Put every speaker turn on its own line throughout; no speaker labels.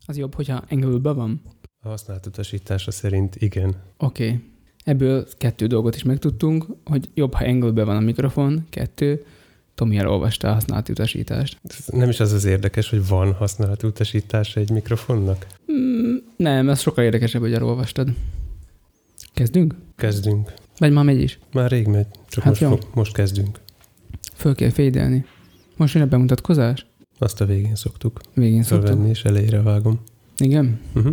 Az jobb, hogyha angle-be van?
A használt utasítása szerint igen.
Oké. Ebből 2 dolgot is megtudtunk, hogy jobb, ha angle-be van a mikrofon, 2, Tomi elolvasta a használt utasítást.
Nem is az érdekes, hogy van használt utasítása egy mikrofonnak?
Nem, ez sokkal érdekesebb, hogy elolvastad. Kezdünk?
Kezdünk.
Vagy már megy is?
Már rég megy, csak hát most kezdünk.
Föl kell fédelni. Most jön a bemutatkozás?
Azt a végén szoktuk.
Végén szoktuk?
Fölvenni, és elejére vágom.
Igen?
Uh-huh.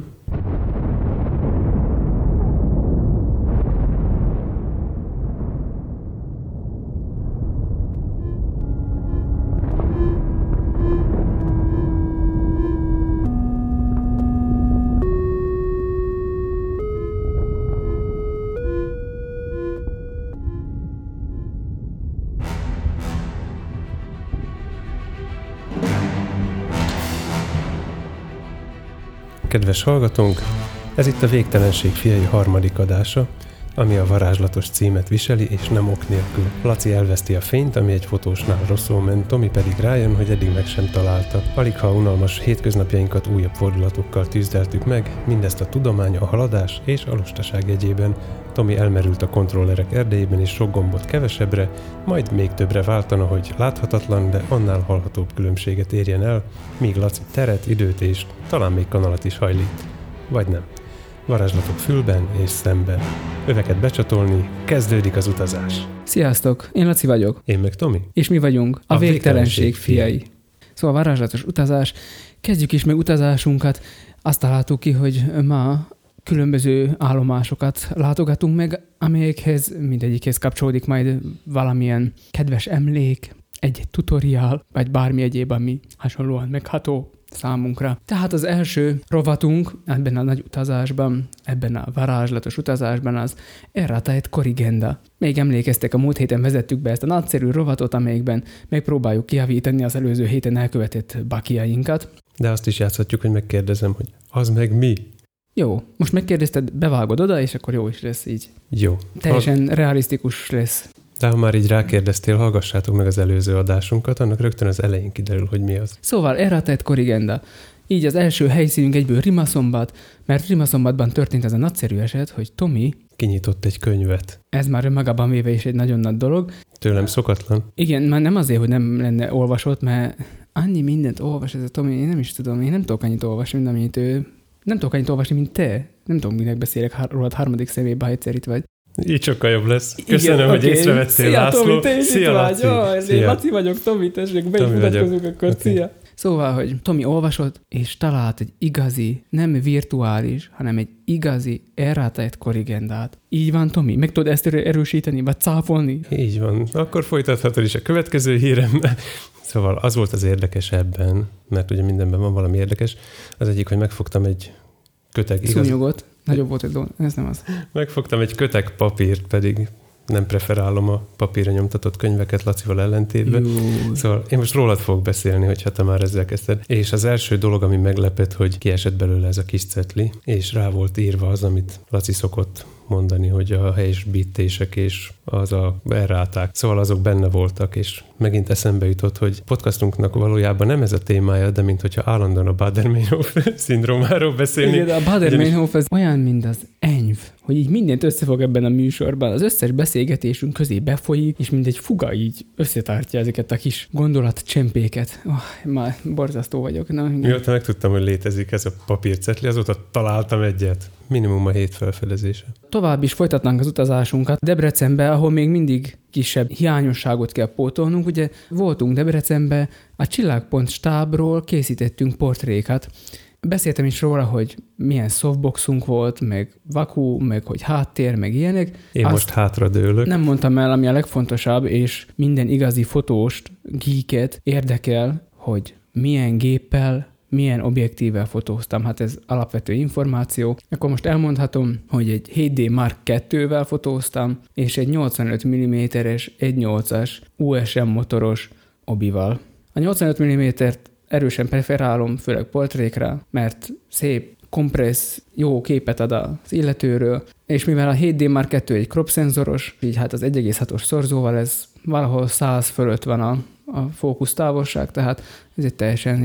Kedves hallgatónk, ez itt a Végtelenség fiai harmadik adása, ami a varázslatos címet viseli, és nem ok nélkül. Laci elveszti a fényt, ami egy fotósnál rosszul ment, Tomi pedig rájön, hogy eddig meg sem találta. Aligha unalmas hétköznapjainkat újabb fordulatokkal tűzdeltük meg, mindezt a tudomány, a haladás és a lustaság jegyében. Tomi elmerült a kontrollerek erdejében, és sok gombot kevesebbre, majd még többre váltana, hogy láthatatlan, de annál hallhatóbb különbséget érjen el, míg Laci teret, időt és talán még kanalat is hajlít. Vagy nem. Varázslatok fülben és szemben. Öveket becsatolni, kezdődik az utazás.
Sziasztok, én Laci vagyok.
Én meg Tomi.
És mi vagyunk a Végtelenség fiai. Szóval varázslatos utazás. Kezdjük is meg utazásunkat. Azt találtuk ki, hogy ma különböző állomásokat látogatunk meg, amelyekhez mindegyikhez kapcsolódik majd valamilyen kedves emlék, egy tutoriál, vagy bármi egyéb, ami hasonlóan megható számunkra. Tehát az első rovatunk ebben a nagy utazásban, ebben a varázslatos utazásban az Errata et Corrigenda. Még emlékeztek, a múlt héten vezettük be ezt a nagyszerű rovatot, amelyikben megpróbáljuk kijavítani az előző héten elkövetett bakiainkat.
De azt is játszhatjuk, hogy megkérdezem, hogy az meg mi?
Jó, most megkérdezted, bevágod oda, és akkor jó is lesz így.
Jó.
Teljesen realisztikus lesz.
De ha már így rákérdeztél, hallgassátok meg az előző adásunkat, annak rögtön az elején kiderül, hogy mi az.
Szóval Errata et Corrigenda. Így az első helyszínünk egyből Rimaszombat, mert Rimaszombatban történt ez a nagyszerű eset, hogy Tomi
kinyitott egy könyvet.
Ez már önmagában véve is egy nagyon nagy dolog.
Tőlem szokatlan.
Igen, már nem azért, hogy nem lenne olvasott, mert annyi mindent olvas ez a Tomi, én nem is tudom, én nem tudok annyit olvasni, mint amit ő. Nem tudok annyit olvasni, mint te. Nem tudom, minek beszélek rólad harmadik személyben, ha egyszer itt vagy.
Így sokkal jobb lesz. Köszönöm, igen, hogy észrevettél, László.
Tomi, te is
Szia,
Laci. Szia. Laci vagyok, Tomi, tessék, be is mutatkozunk akkor. Okay. Szia. Szóval, hogy Tomi olvasott, és talált egy igazi, nem virtuális, hanem egy igazi Errata et Corrigendát. Így van, Tomi? Meg tudod ezt erősíteni, vagy cáfolni?
Így van. Akkor folytathatod is a következő hírem. Szóval az volt az érdekes ebben, mert ugye mindenben van valami érdekes. Az egyik, hogy megfogtam egy köteg...
Szúnyogot. Nagyobb volt egy dolog. Ez nem az.
Megfogtam egy köteg papírt, pedig nem preferálom a papírra nyomtatott könyveket Lacival ellentétben. Szóval én most rólad fogok beszélni, hogyha te már ezzel kezdted. És az első dolog, ami meglepett, hogy kiesett belőle ez a kis cetli, és rá volt írva az, amit Laci szokott mondani, hogy a helyesbítések és az a erráták. Szóval azok benne voltak, és megint eszembe jutott, hogy podcastunknak valójában nem ez a témája, de minthogyha állandóan a Baader-Meinhof szindrómáról beszélni.
Igen, a Baader-Meinhof ez olyan, mint az enyv, hogy így mindent összefog ebben a műsorban. Az összes beszélgetésünk közé befolyik, és mint egy fuga így összetartja ezeket a kis gondolatcsempéket. Már borzasztó vagyok. Na,
mióta megtudtam, hogy létezik ez a papírcetli, azóta találtam egyet. Minimum a 7 felfedezése. Tovább
is folytatnánk az utazásunkat Debrecenbe, ahol még mindig kisebb hiányosságot kell pótolnunk. Ugye voltunk Debrecenbe, a Csillagpont stábról készítettünk portrékat. Beszéltem is róla, hogy milyen softboxunk volt, meg vaku, meg hogy háttér, meg ilyenek.
Én most hátradőlök.
Nem mondtam el, ami a legfontosabb, és minden igazi fotóst, geeket érdekel, hogy milyen géppel, milyen objektívvel fotóztam. Hát ez alapvető információ. Akkor most elmondhatom, hogy egy 7D Mark II-vel fotóztam, és egy 85 mm-es 1.8-as USM motoros obival. A 85 mm-t erősen preferálom, főleg portrékra, mert szép, kompressz, jó képet ad az illetőről, és mivel a 7D Mark II egy crop szenzoros, így hát az 1,6-os szorzóval ez valahol 100 fölött van a fókusztávolság, tehát ez egy teljesen jó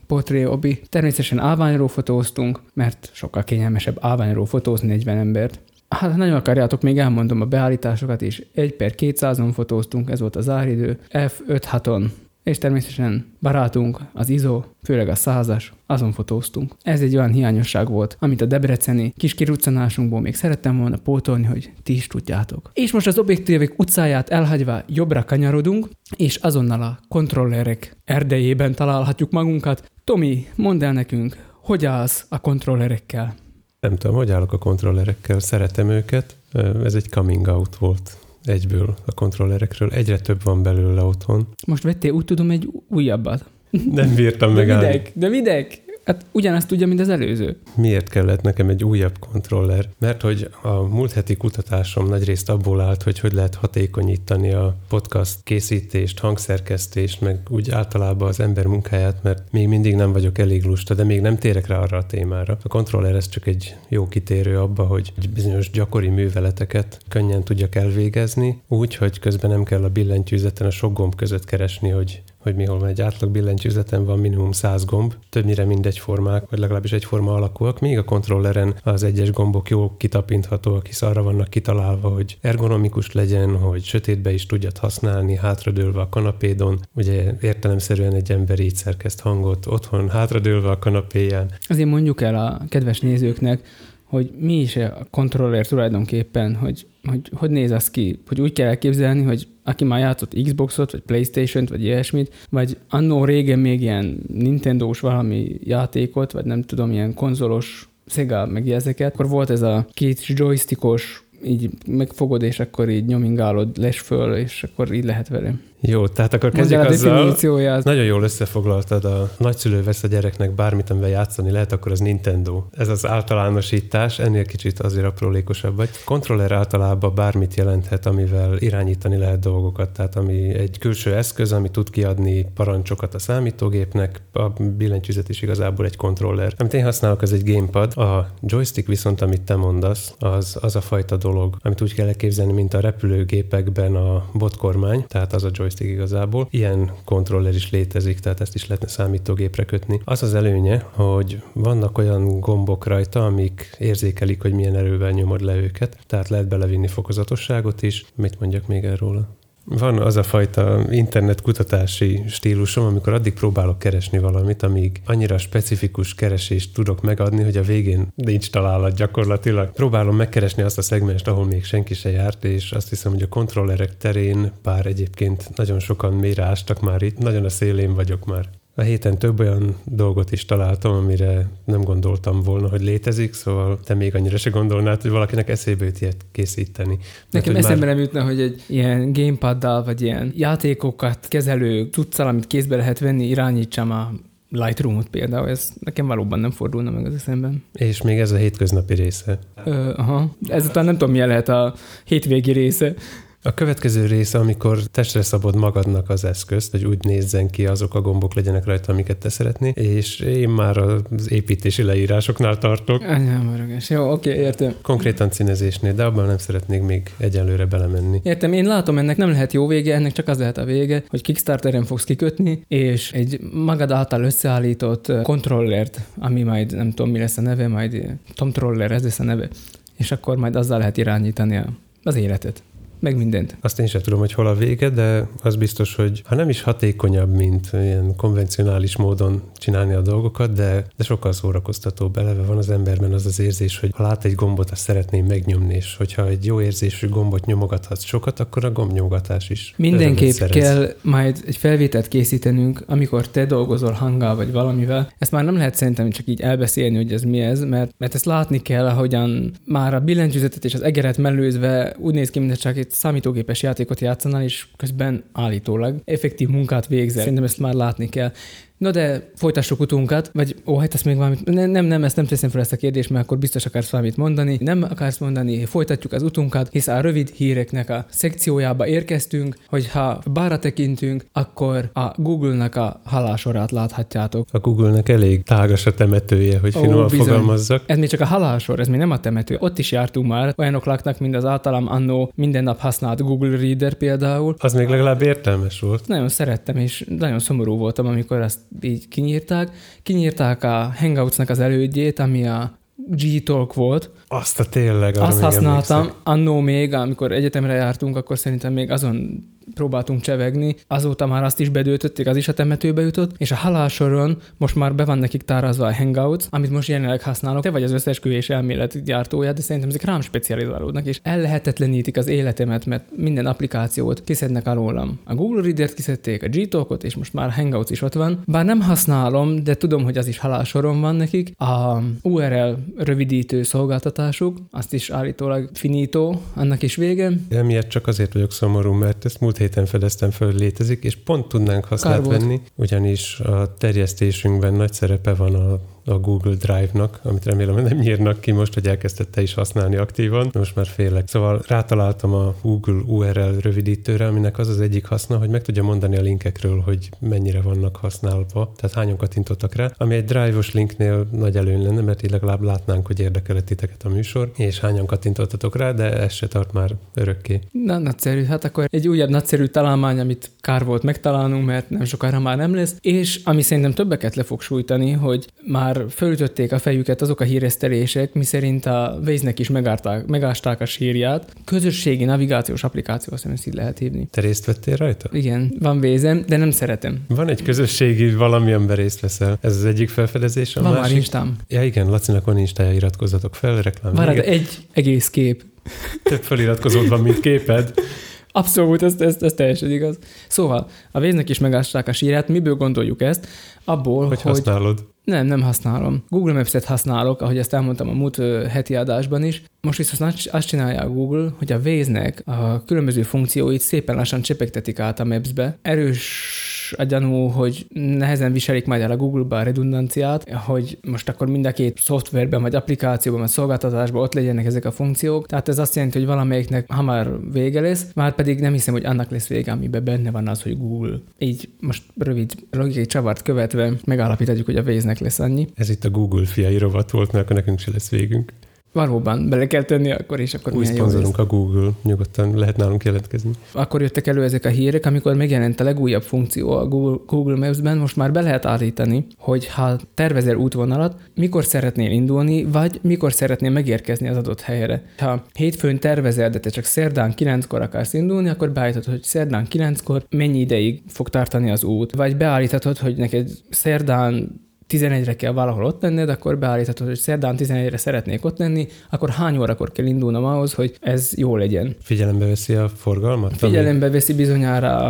portré hobbi. Természetesen állványról fotóztunk, mert sokkal kényelmesebb állványról fotózni 40 embert. Hát, ha nagyon akarjátok, még elmondom a beállításokat is. 1/200-on fotóztunk, ez volt az záridő, F5.6-on. És természetesen barátunk, az ISO, főleg a 100-as, azon fotóztunk. Ez egy olyan hiányosság volt, amit a debreceni kis kiruccanásunkból még szerettem volna pótolni, hogy ti is tudjátok. És most az objektívek utcáját elhagyva jobbra kanyarodunk, és azonnal a kontrollerek erdejében találhatjuk magunkat. Tomi, mondd el nekünk, hogy állsz a kontrollerekkel?
Nem tudom, hogy állok a kontrollerekkel, szeretem őket. Ez egy coming out volt egyből a kontrollerekről. Egyre több van belőle otthon.
Most vettél, úgy tudom, egy újabbat.
Nem bírtam megállni.
De videg! Hát ugyanazt tudja, mint az előző.
Miért kellett nekem egy újabb kontroller? Mert hogy a múlt heti kutatásom nagyrészt abból állt, hogy lehet hatékonyítani a podcast készítést, hangszerkesztést, meg úgy általában az ember munkáját, mert még mindig nem vagyok elég lusta, de még nem térek rá arra a témára. A kontroller ez csak egy jó kitérő abba, hogy bizonyos gyakori műveleteket könnyen tudjak elvégezni, úgy, hogy közben nem kell a billentyűzeten a sok gomb között keresni, hogy mihol van egy átlag billentyűzeten, van minimum 100 gomb, többnyire mindegyformák, vagy legalábbis egyforma alakúak, míg a kontrolleren az egyes gombok jól kitapinthatóak, hisz arra vannak kitalálva, hogy ergonomikus legyen, hogy sötétbe is tudjad használni, hátradőlve a kanapédon. Ugye értelemszerűen egy ember így szerkeszt hangot otthon, hátradőlve a kanapéján.
Azért mondjuk el a kedves nézőknek, hogy mi is a kontroller tulajdonképpen, hogy néz az ki, hogy úgy kell elképzelni, hogy aki már játszott Xboxot, vagy Playstation-t, vagy ilyesmit, vagy annó régen még ilyen Nintendo-s valami játékot, vagy nem tudom, ilyen konzolos Sega, meg ezeket, akkor volt ez a két joystickos, így megfogod, és akkor így nyomingálod, les föl, és akkor így lehet vele.
Jó, tehát akkor kezdjük azzal. Nagyon jól összefoglaltad, a nagyszülő vesz a gyereknek bármit, amivel játszani lehet, akkor az Nintendo. Ez az általánosítás, ennél kicsit azért aprólékosabb vagy. Kontroller általában bármit jelenthet, amivel irányítani lehet dolgokat, tehát ami egy külső eszköz, ami tud kiadni parancsokat a számítógépnek, a billentyűzet is igazából egy kontroller. Amit én használok, az egy gamepad, a joystick viszont, amit te mondasz, az a fajta dolog, amit úgy kell elképzelni, mint a repülőgépekben a botkormány, tehát az a joystick igazából. Ilyen kontroller is létezik, tehát ezt is lehetne számítógépre kötni. Az az előnye, hogy vannak olyan gombok rajta, amik érzékelik, hogy milyen erővel nyomod le őket, tehát lehet belevinni fokozatosságot is. Mit mondjak még erről? Van az a fajta internetkutatási stílusom, amikor addig próbálok keresni valamit, amíg annyira specifikus keresést tudok megadni, hogy a végén nincs találat gyakorlatilag. Próbálom megkeresni azt a szegmest, ahol még senki se járt, és azt hiszem, hogy a kontrollerek terén, bár egyébként nagyon sokan mélyre ástak már itt, nagyon a szélén vagyok már. A héten több olyan dolgot is találtam, amire nem gondoltam volna, hogy létezik, szóval te még annyira se gondolnád, hogy valakinek eszébe jut ilyet készíteni.
Nekem eszembe nem jutna, hogy egy ilyen gamepaddal, vagy ilyen játékokat kezelő cuccal, amit kézbe lehet venni, irányítsam a Lightroom-ot például, ez nekem valóban nem fordulna meg az eszemben.
És még ez a hétköznapi része.
Aha. Ezután nem tudom, milyen lehet a hétvégi része.
A következő része, amikor testre szabod magadnak az eszközt, hogy úgy nézzen ki, azok a gombok legyenek rajta, amiket te szeretnél, és én már az építési leírásoknál tartok.
Anyámaragas. Jó, oké, értem.
Konkrétan színezésnél, de abban nem szeretnék még egyelőre belemenni.
Értem, én látom, ennek nem lehet jó vége, ennek csak az lehet a vége, hogy Kickstarteren fogsz kikötni, és egy magad által összeállított kontrollert, ami majd nem tudom, mi lesz a neve, majd Tomtroller, ez lesz a neve, és akkor majd azzal lehet irányítani az életet. Meg mindent.
Azt én sem tudom, hogy hol a vége, de az biztos, hogy ha nem is hatékonyabb, mint ilyen konvencionális módon csinálni a dolgokat, de sokkal szórakoztatóbb. Eleve van az emberben az az érzés, hogy ha lát egy gombot, azt szeretném megnyomni, és hogyha egy jó érzésű gombot nyomogathatsz sokat, akkor a gombnyomogatás is.
Mindenképp kell majd egy felvételt készítenünk, amikor te dolgozol hanggal vagy valamivel. Ezt már nem lehet szerintem csak így elbeszélni, hogy ez mi ez, mert ezt látni kell, ahogyan már a billentyűzetet és az egeret mellőzve úgy néz ki, mint csak egy számítógépes játékot játszanál, és közben állítólag effektív munkát végzel. Szerintem ezt már látni kell. No de folytassuk utunkat, vagy hát ezt még valamit, nem, ezt nem teszem fel ezt a kérdést, mert akkor biztos akarsz valamit mondani. Nem akarsz mondani, folytatjuk az utunkat, hisz a rövid híreknek a szekciójába érkeztünk, hogy ha bárra tekintünk, akkor a Google-nak a halálsorát láthatjátok.
A Google-nek elég tágas a temetője, hogy finoman fogalmazzak.
Ez még csak a halálsor, ez még nem a temető. Ott is jártunk már, olyanok laknak, mint az általam annó minden nap használt Google Reader például.
Az még legalább értelmes volt.
Nagyon szerettem, és nagyon szomorú voltam, amikor azt így kinyírták a Hangouts-nak az elődjét, ami a G-Talk volt.
Azt a tényleg.
Azt használtam annó még, amikor egyetemre jártunk, akkor szerintem még azon próbáltunk csevegni. Azóta már azt is bedöltötték, az is a temetőbe jutott, és a halálsoron most már be van nekik tárazva a Hangouts, amit most jelenleg használok. Te vagy az összeesküvés elmélet gyártója, de szerintem ezek rám specializálódnak, és ellehetetlenítik az életemet, mert minden applikációt kiszednek alólam. A Google Reader-t kiszedték, a G-Talkot, és most már a Hangouts is ott van. Bár nem használom, de tudom, hogy az is halálsoron van nekik. A URL rövidítő szolgáltatásuk, azt is állítólag finito, annak is vége.
Emiatt csak azért vagyok szomorú, mert ezt múlt héten fedeztem föl, létezik, és pont tudnánk hasznát venni, ugyanis a terjesztésünkben nagy szerepe van a Google Drive-nak, amit remélem, hogy nem nyírnak ki most, hogy elkezdett te is használni aktívan. Most már félek. Szóval rátaláltam a Google URL rövidítőre, aminek az az egyik haszna, hogy meg tudja mondani a linkekről, hogy mennyire vannak használva, tehát hányan kattintottak rá, ami egy Drive-os linknél nagy előny lenne, mert így legalább látnánk, hogy érdekel titeket a műsor, és hányan kattintottatok rá, de ez se tart már örökké.
Na, nagyszerű. Hát akkor egy újabb nagyszerű találmány, amit kár volt megtalálnunk, mert nem sokára már nem lesz, és ami szerintem többeket le fog sújtani, hogy már fölütötték a fejüket azok a híresztelések, miszerint a Waze-nek is megásták a sírját. Közösségi navigációs applikáció, azt hiszem, így lehet hívni.
Te részt vettél rajta?
Igen, van Waze-em, de nem szeretem.
Van egy közösségi valami, amiben részt veszel. Ez az egyik felfedezés, a
van
másik?
Már Instám.
Ja igen, Lacinak van Instája, iratkozzatok fel, reklám.
Várj, egy egész kép.
Több feliratkozód van, mint képed.
Abszolút, ez teljesen igaz. Szóval, a Waze-nek is megásták a sírját. Miből gondoljuk ezt? Abból, hogy
használod.
Nem használom. Google Maps-et használok, ahogy ezt elmondtam a múlt heti adásban is. Most viszont azt csinálja a Google, hogy a Waze-nek a különböző funkcióit szépen lassan csepegtetik át a Maps-be. Erős a gyanú, hogy nehezen viselik majd el a Google-ba a redundanciát, hogy most akkor mind a két szoftverben, vagy applikációban, vagy szolgáltatásban ott legyenek ezek a funkciók. Tehát ez azt jelenti, hogy valamelyiknek hamar vége lesz, már pedig nem hiszem, hogy annak lesz vége, amiben benne van az, hogy Google. Így most rövid logikai csavart követve megállapítjuk, hogy a Waze-nek lesz annyi.
Ez itt a Google fiai rovat volt, mert akkor nekünk se lesz végünk.
Valóban, bele kell tenni akkor is. Akkor
új szponzorunk a Google, nyugodtan lehet nálunk jelentkezni.
Akkor jöttek elő ezek a hírek, amikor megjelent a legújabb funkció a Google Maps-ben, most már be lehet állítani, hogy ha tervezel útvonalat, mikor szeretnél indulni, vagy mikor szeretnél megérkezni az adott helyre. Ha hétfőn tervezel, de te csak szerdán 9-kor akarsz indulni, akkor beállítod, hogy szerdán 9-kor mennyi ideig fog tartani az út. Vagy beállíthatod, hogy neked szerdán 11-re kell valahol ott lenned, akkor beállíthatod, hogy szerdán 11-re szeretnék ott lenni, akkor hány órakor kell indulnom ahhoz, hogy ez jó legyen.
Figyelembe veszi a forgalmat?
Figyelembe veszi bizonyára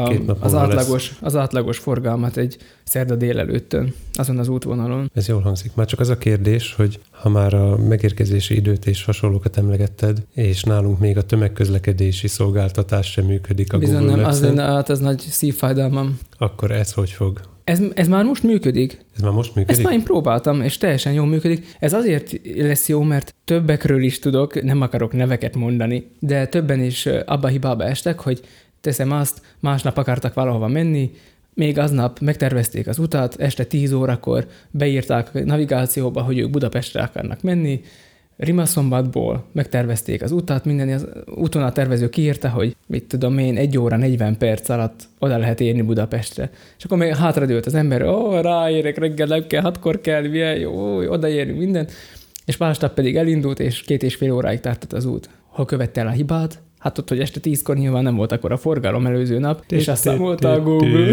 az átlagos forgalmat egy szerda délelőttön, azon az útvonalon.
Ez jól hangzik. Már csak az a kérdés, hogy ha már a megérkezési időt és hasonlókat emlegetted, és nálunk még a tömegközlekedési szolgáltatás sem működik a
Bizony
Google
nem,
Maps-en.
hát ez nagy szívfájdalmam.
Akkor ez hogy fog?
Ez már most működik.
Ez már most működik?
Ezt már én próbáltam, és teljesen jól működik. Ez azért lesz jó, mert többekről is tudok, nem akarok neveket mondani, de többen is abba a hibába estek, hogy teszem azt, másnap akartak valahova menni, még aznap megtervezték az utat, este 10 órakor beírták a navigációba, hogy ők Budapestre akarnak menni, Rimaszombatból megtervezték az utat, minden az útvonal tervező kiírta, hogy mit tudom én, 1 óra 40 perc alatt oda lehet érni Budapestre. És akkor még hátradőlt az ember, ráérek, reggel nem kell, 6-kor kell, jó, odaérünk minden. És másnap pedig elindult, és 2,5 óráig tartott az út. Ha követte el a hibát, hát ott, hogy este 10-kor nyilván nem volt akkor a forgalom előző nap, és azt számolta a Google.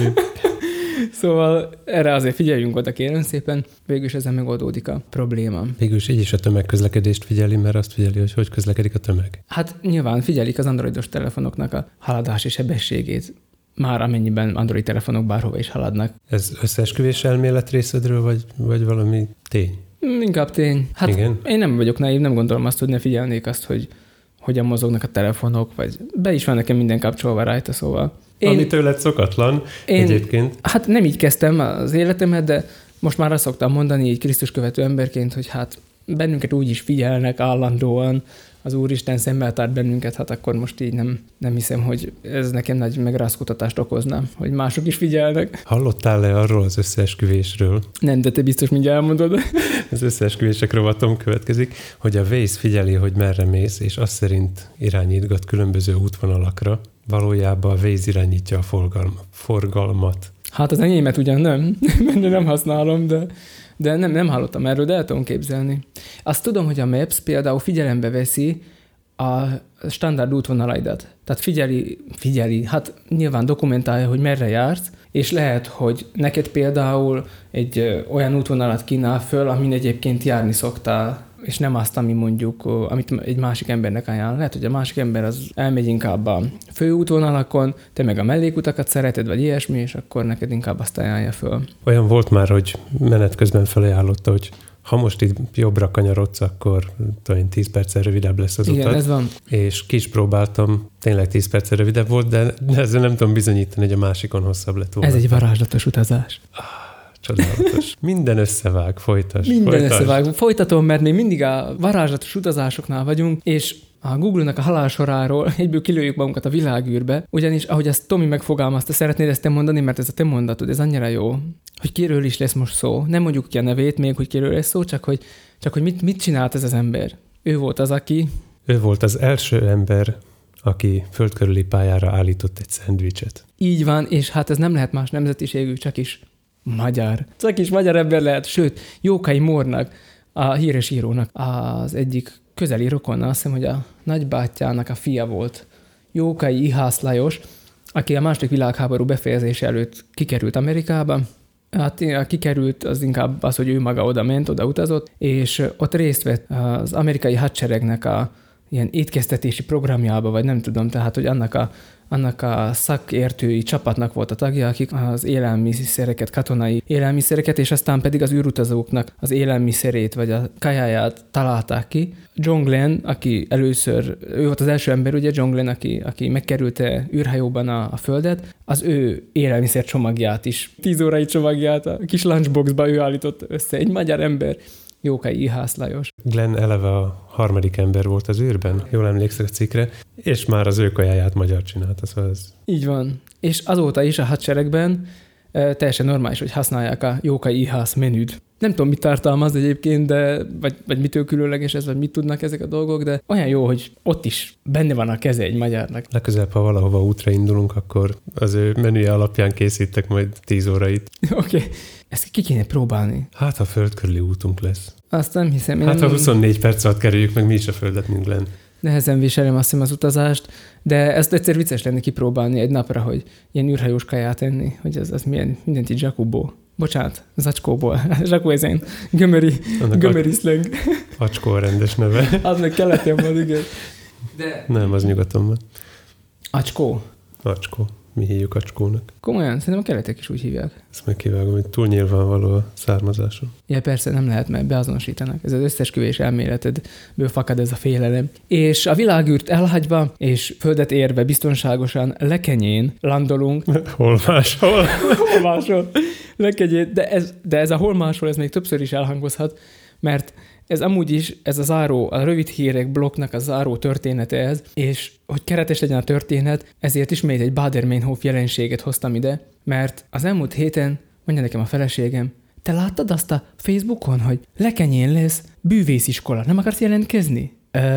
Szóval erre azért figyeljünk oda, kérem szépen, végülis ezen megoldódik a probléma.
Végülis így is a tömegközlekedést figyeli, mert azt figyeli, hogy közlekedik a tömeg.
Hát nyilván figyelik az androidos telefonoknak a haladási sebességét, már amennyiben android telefonok bárhova is haladnak.
Ez összeesküvés elmélet részedről, vagy valami tény?
Inkább tény. Hát
igen?
Én nem vagyok naív, nem gondolom azt, hogy ne figyelnék azt, hogy hogyan mozognak a telefonok, vagy be is van nekem minden kapcsolva rajta, szóval.
Ami tőled szokatlan egyébként.
Hát nem így kezdtem az életemet, de most már azt szoktam mondani így Krisztus követő emberként, hogy hát bennünket úgy is figyelnek állandóan, az Úristen szemmel tart bennünket, hát akkor most így nem hiszem, hogy ez nekem nagy megrázkutatást okozna, hogy mások is figyelnek.
Hallottál-e arról az összeesküvésről?
Nem, de te biztos mindjárt elmondod.
Az összeesküvések rovatom következik, hogy a Waze figyeli, hogy merre mész, és azt szerint irányítgat különböző útvonalakra. Valójában a Waze irányítja a forgalmat.
Hát az enyémet ugyan nem használom, de nem hallottam erről, de el tudom képzelni. Azt tudom, hogy a Maps például figyelembe veszi a standard útvonalaidat. Tehát figyeli, hát nyilván dokumentálja, hogy merre jársz, és lehet, hogy neked például egy olyan útvonalat kínál föl, amin egyébként járni szoktál, és nem azt, amit egy másik embernek ajánl. Lehet, hogy a másik ember az elmegy inkább a főútvonalakon, te meg a mellékutakat szereted, vagy ilyesmi, és akkor neked inkább azt ajánlja föl.
Olyan volt már, hogy menet közben felajánlotta, hogy ha most itt jobbra kanyarodsz, akkor talán 10 perccel rövidebb lesz az utat.
Igen, ez van.
És ki is próbáltam, tényleg 10 perccel rövidebb volt, de ezzel nem tudom bizonyítani, hogy a másikon hosszabb lett volna.
Ez egy varázslatos utazás.
Csodálatos. Minden összevág, folytasd.
Összevág. Folytatom, mert még mindig a varázslatos utazásoknál vagyunk, és a Google-nak a halálsoráról egyből kilőjük magunkat a világűrbe, ugyanis, ahogy ezt Tomi megfogalmazta, szeretnéd ezt te mondani, mert ez a te mondatod, ez annyira jó, hogy kiről is lesz most szó. Nem mondjuk ki a nevét még, hogy kiről lesz szó, csak hogy mit csinált ez az ember. Ő volt az első ember, aki földkörüli pályára állított egy szendvicset. Így van, és hát ez nem lehet más nemzetiségű, csak is magyar. Csak is magyar ember lehet, sőt, Jókai Mórnak, a híres írónak az egyik közeli rokonna, azt hiszem, hogy a nagybátyjának a fia volt. Jókai Ihász Lajos, aki a második világháború befejezése előtt kikerült Amerikába. Hát kikerült az inkább az, hogy ő maga oda utazott, és ott részt vett az amerikai hadseregnek a ilyen étkeztetési programjába, vagy nem tudom, tehát, hogy annak a szakértői csapatnak volt a tagja, akik az élelmiszereket, katonai élelmiszereket, és aztán pedig az űrutazóknak az élelmiszerét, vagy a kajáját találták ki. John Glenn, aki ő volt az első ember, ugye John Glenn, aki megkerülte űrhajóban a Földet, az ő élelmiszer csomagját is, 10 órai csomagját a kis lunchboxba ő állított össze. Egy magyar ember, Jókai Ihász Lajos.
Glenn eleve a harmadik ember volt az űrben, jól emlékszek a cikkre, és már az ő kajáját magyar csinálta, szóval ez...
Így van. És azóta is a hadseregben teljesen normális, hogy használják a Jókai Ihász menüt. Nem tudom, mit tartalmaz egyébként, vagy mitől különleges ez, vagy mit tudnak ezek a dolgok, de olyan jó, hogy ott is benne van a keze egy magyarnak.
Legközelebb, ha valahova útra indulunk, akkor az ő menüje alapján készítek majd 10 órait.
Oké. Ezt ki kéne próbálni.
Hát, ha földkörüli útunk lesz.
Azt nem hiszem.
Hát, ha 24 perc alatt kerüljük meg mi is a Földet, mint Glenn.
Nehezen viselem azt hiszem az utazást, de ezt egyszer vicces lenne kipróbálni egy napra, hogy ilyen űrhajós kaját enni, hogy az milyen mindent így zsakóból. Bocsánat, zacskóból. Zsakó ez én. Gömöri szleng.
Acskó a rendes neve.
Az meg keleten van, igen. De...
Nem, az nyugaton van.
Acskó?
Acskó. Mi hívjuk acskónak.
Komolyan? Szerintem a keletek is úgy hívják.
Ezt megkivágom, hogy túl nyilvánvaló a származáson.
Ja, persze, nem lehet, mert beazonosítanak. Ez az összesküvés elméletedből fakad ez a félelem. És a világűrt elhagyva, és Földet érve biztonságosan lekenyén landolunk.
Hol máshol?
Hol máshol. Lekenyén. De ez a hol máshol, ez még többször is elhangozhat, mert ez amúgy is, ez a rövid hírek blokknak a záró története ez, és hogy keretes legyen a történet, ezért ismét egy Baader-Meinhof jelenséget hoztam ide, mert az elmúlt héten, mondja nekem a feleségem, te láttad azt a Facebookon, hogy Lekenyén lesz bűvésziskola, nem akarsz jelentkezni?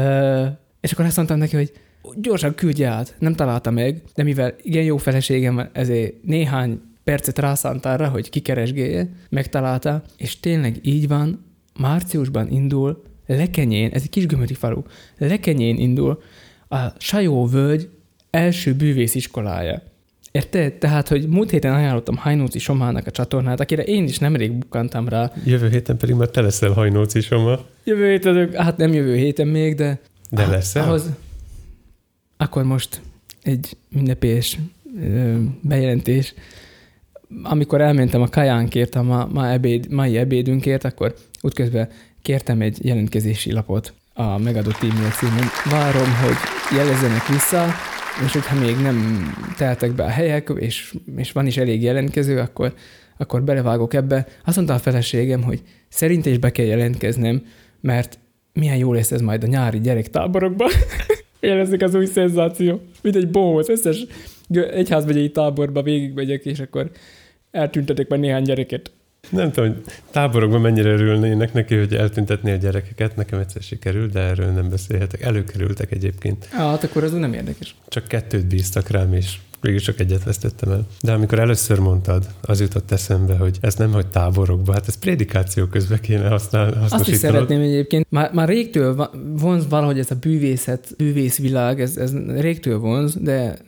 És akkor azt mondtam neki, hogy gyorsan küldje át, nem találta meg, de mivel igen jó feleségem van, ezért néhány percet rászánt arra, hogy kikeresgélje, megtalálta, és tényleg így van, márciusban indul Lekenyén, ez egy kis gömöri falu, Lekenyén indul a Sajó-völgy első bűvésziskolája. Érted? Tehát, hogy múlt héten ajánlottam Hajnóci Somának a csatornát, akire én is nemrég bukkantam rá.
Jövő héten pedig már te leszel Hajnóci Soma.
Jövő héten, hát nem jövő héten még, de...
De leszel?
Akkor most egy ünnepés bejelentés. Amikor elmentem a kajánkért, a mai ebédünkért, akkor útközben kértem egy jelentkezési lapot a megadott e-mail címen. Várom, hogy jelezzenek vissza, és hogyha még nem teltek be a helyek, és van is elég jelentkező, akkor belevágok ebbe. Azt mondta a feleségem, hogy szerint is be kell jelentkeznem, mert milyen jó lesz ez majd a nyári gyerektáborokban. Jelezik az új szenzáció. Mint egy bohóc, összes egyházmegyei táborba végigmegyek, és akkor eltüntetek már néhány gyereket.
Nem tudom, hogy táborokban mennyire örülnének neki, hogy eltüntetné a gyerekeket. Nekem egyszer sikerült, de erről nem beszélhetek. Előkerültek egyébként.
Hát akkor az nem érdekes.
Csak 2 bíztak rám, és végül csak egyet vesztettem el. De amikor először mondtad, az jutott eszembe, hogy ez nem hogy táborokba, hát ez prédikáció közben kéne hasznosítanod.
Azt is szeretném egyébként. Már régtől vonz valahogy ez a bűvészvilág, ez régtől vonz, de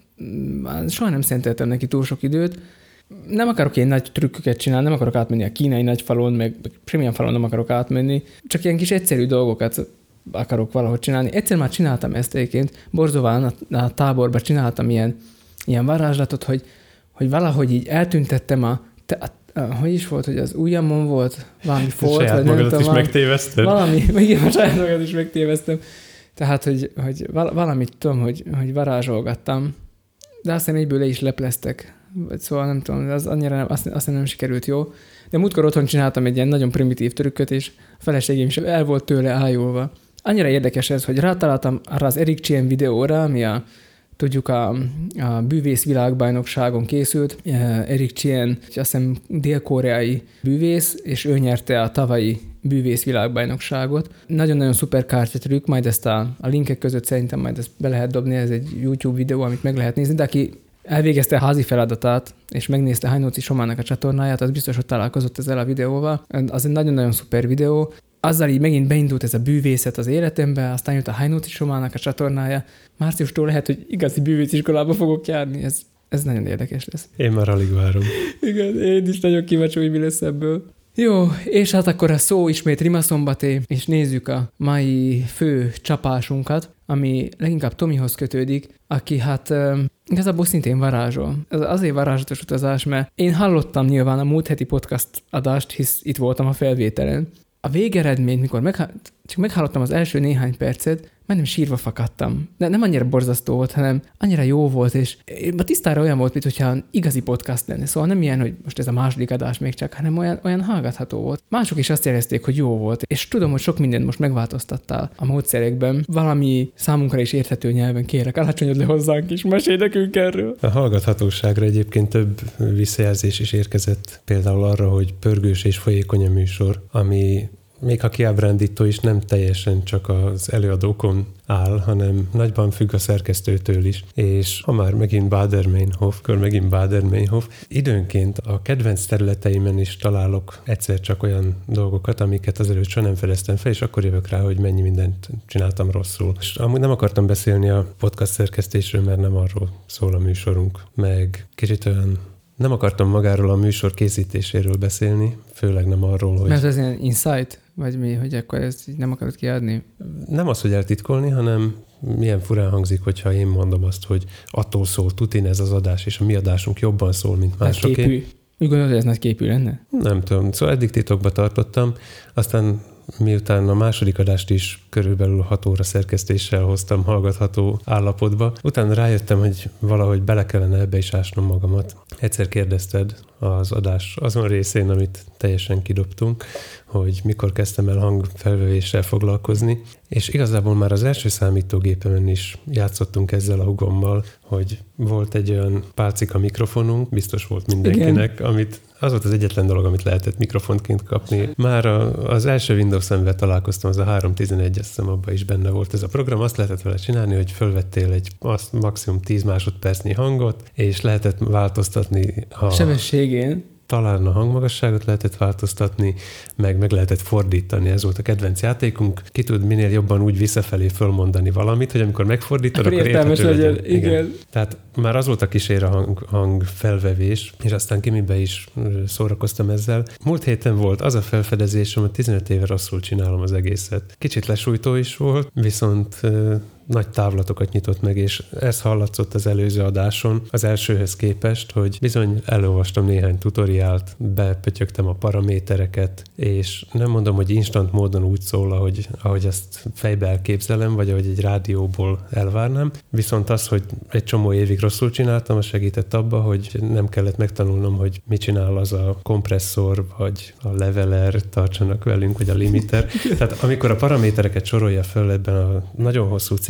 soha nem szenteltem neki túl sok időt. Nem akarok ilyen nagy trükköket csinálni, nem akarok átmenni a kínai nagyfalon, meg premium falon nem akarok átmenni, csak ilyen kis egyszerű dolgokat akarok valahogy csinálni. Egyszer már csináltam ezt egyébként, Borzován a táborban csináltam ilyen varázslatot, hogy valahogy így eltüntettem hogy is volt, hogy az ujjamon volt valami folt,
saját
vagy nem tudom.
is megtéveszted?
Igen, a saját magadat is megtévesztem. Tehát, hogy valamit tudom, hogy varázsolgattam, de aztán egyből le is lepleztek. Szóval nem tudom, az annyira azt nem sikerült jó. De múltkor otthon csináltam egy ilyen nagyon primitív trükköt, és a feleségem is el volt tőle ájulva. Annyira érdekes ez, hogy rátaláltam arra az Eric Chien videóra, ami tudjuk a bűvész világbajnokságon készült. Eric Chien, azt hiszem dél-koreai bűvész, és ő nyerte a tavalyi bűvész világbajnokságot. Nagyon-nagyon szuper kártyatrükk, majd ezt a linkek között szerintem majd ezt be lehet dobni, ez egy YouTube videó, amit meg lehet nézni, de aki elvégezte a házi feladatát, és megnézte Hajnóci Somának a csatornáját, az biztos, hogy találkozott ezzel a videóval. Az egy nagyon-nagyon szuper videó. Azzal így megint beindult ez a bűvészet az életembe, aztán jött a Hajnóci Somának a csatornája. Márciustól lehet, hogy igazi bűvésziskolába fogok járni. Ez nagyon érdekes lesz.
Én már alig várom.
Igen, én is nagyon kíváncsi, hogy mi lesz ebből. Jó, és hát akkor a szó ismét rimaszombaté, és nézzük a mai fő csapásunkat, ami leginkább Tomihoz kötődik, aki hát igazából szintén varázsol. Ez azért varázslatos utazás, mert én hallottam nyilván a múlt heti podcast adást, hisz itt voltam a felvételen. A végeredményt, mikor csak meghallottam az első néhány percet, majdnem sírva fakadtam. De nem annyira borzasztó volt, hanem annyira jó volt, és a tisztára olyan volt, mintha igazi podcast lenne. Szóval nem ilyen, hogy most ez a második adás még csak, hanem olyan hallgatható volt. Mások is azt érezték, hogy jó volt, és tudom, hogy sok mindent most megváltoztattál a módszerekben. Valami számunkra is érthető nyelven kérlek, alacsonyod le hozzánk is, mesélj nekünk erről.
A hallgathatóságra egyébként több visszajelzés is érkezett, például arra, hogy pörgős és folyékony a műsor, ami még ha kiábrándító is, nem teljesen csak az előadókon áll, hanem nagyban függ a szerkesztőtől is. És ha már megint Baader-Meinhof, akkor megint Baader-Meinhof, időnként a kedvenc területeimen is találok egyszer csak olyan dolgokat, amiket azelőtt soha nem fedeztem fel, és akkor jövök rá, hogy mennyi mindent csináltam rosszul. És amúgy nem akartam beszélni a podcast szerkesztésről, mert nem arról szól a műsorunk, meg kicsit olyan nem akartam magáról a műsor készítéséről beszélni, főleg nem arról, hogy...
Mert ez ilyen insight? Vagy mi, hogy akkor ezt így nem akarod kiadni?
Nem az, hogy eltitkolni, hanem milyen furán hangzik, hogyha én mondom azt, hogy attól szól tutin ez az adás, és a mi adásunk jobban szól, mint másoké.
Úgy gondolod, hogy ez nagy képű lenne?
Nem tudom, szóval eddig titokba tartottam, aztán miután a második adást is körülbelül 6 óra szerkesztéssel hoztam hallgatható állapotba, utána rájöttem, hogy valahogy bele kellene ebbe is ásnom magamat. Egyszer kérdezted az adás azon részén, amit teljesen kidobtunk, hogy mikor kezdtem el hangfelvevéssel foglalkozni, és igazából már az első számítógépemen is játszottunk ezzel a hugommal, hogy volt egy olyan pálcika mikrofonunk, biztos volt mindenkinek, igen. Amit az volt az egyetlen dolog, amit lehetett mikrofonként kapni. Már az első Windows-emvel találkoztam, az a 3.11, azt hiszem, abban is benne volt ez a program. Azt lehetett vele csinálni, hogy fölvettél egy maximum 10 másodpercnyi hangot, és lehetett változtatni a
sebességén.
Talán a hangmagasságot lehetett változtatni, meg lehetett fordítani. Ez volt a kedvenc játékunk. Ki tud minél jobban úgy visszafelé fölmondani valamit, hogy amikor megfordítod, akkor érthető legyen.
Igen.
Tehát már az volt a kísér a hangfelvevés, és aztán Kimibe is szórakoztam ezzel. Múlt héten volt az a felfedezésem, hogy 15 éve rosszul csinálom az egészet. Kicsit lesújtó is volt, viszont nagy távlatokat nyitott meg, és ez hallatszott az előző adáson az elsőhöz képest, hogy bizony elolvastam néhány tutoriált, bepötyögtem a paramétereket, és nem mondom, hogy instant módon úgy szól, ahogy ezt fejbe elképzelem, vagy ahogy egy rádióból elvárnám, viszont az, hogy egy csomó évig rosszul csináltam, az segített abba, hogy nem kellett megtanulnom, hogy mit csinál az a kompresszor, vagy a leveler, tartsanak velünk, vagy a limiter. Tehát amikor a paramétereket sorolja föl ebben a nagyon hosszú cikkben,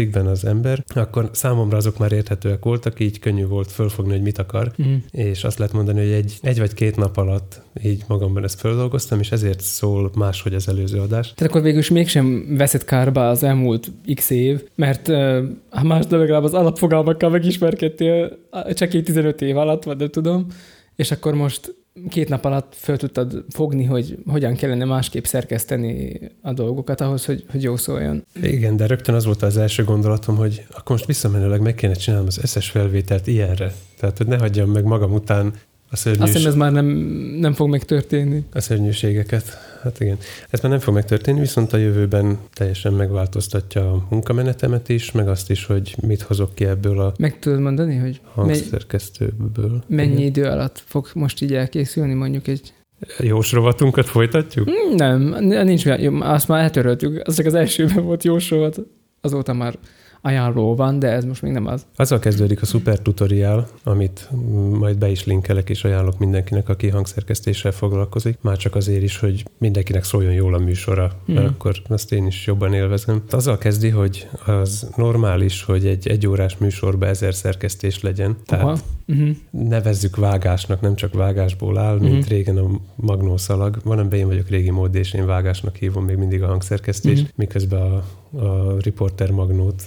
cikkben az ember, akkor számomra azok már érthetőek voltak, így könnyű volt fölfogni, hogy mit akar, és azt lehet mondani, hogy egy vagy két nap alatt így magamban ezt földolgoztam, és ezért szól máshogy az előző adás.
Tehát akkor végül is mégsem veszett kárba az elmúlt x év, mert más de legalább az alapfogalmakkal megismerkedtél csak 15 év alatt, vagy nem tudom, és akkor most 2 nap alatt föl tudtad fogni, hogy hogyan kellene másképp szerkeszteni a dolgokat ahhoz, hogy jó szóljon.
Igen, de rögtön az volt az első gondolatom, hogy akkor most visszamenőleg meg kéne csinálnom az összes felvételt ilyenre. Tehát, hogy ne hagyjam meg magam után azt hiszem,
ez már nem fog megtörténni.
A szörnyűségeket. Hát igen. Ez már nem fog megtörténni, viszont a jövőben teljesen megváltoztatja a munkamenetemet is, meg azt is, hogy mit hozok ki ebből a
meg tudod mondani, hogy
hangszerkesztőből.
Mennyi idő alatt fog most így elkészülni mondjuk egy...
Jós rovatunkat folytatjuk?
Nem, nincs, azt már eltöröltük. Az csak az elsőben volt Jós rovat, azóta már ajánló van, de ez most még nem az.
Azzal kezdődik a szuper tutoriál, amit majd be is linkelek, és ajánlok mindenkinek, aki hangszerkesztéssel foglalkozik. Már csak azért is, hogy mindenkinek szóljon jól a műsora, mert akkor azt én is jobban élvezem. Azzal kezdi, hogy az normális, hogy egy egyórás műsorba 1000 szerkesztés legyen. Tehát nevezzük vágásnak, nem csak vágásból áll, mint régen a magnószalag. Van, amiben én vagyok régi mód, és én vágásnak hívom még mindig a hangszerkesztést, miközben a riporter magnót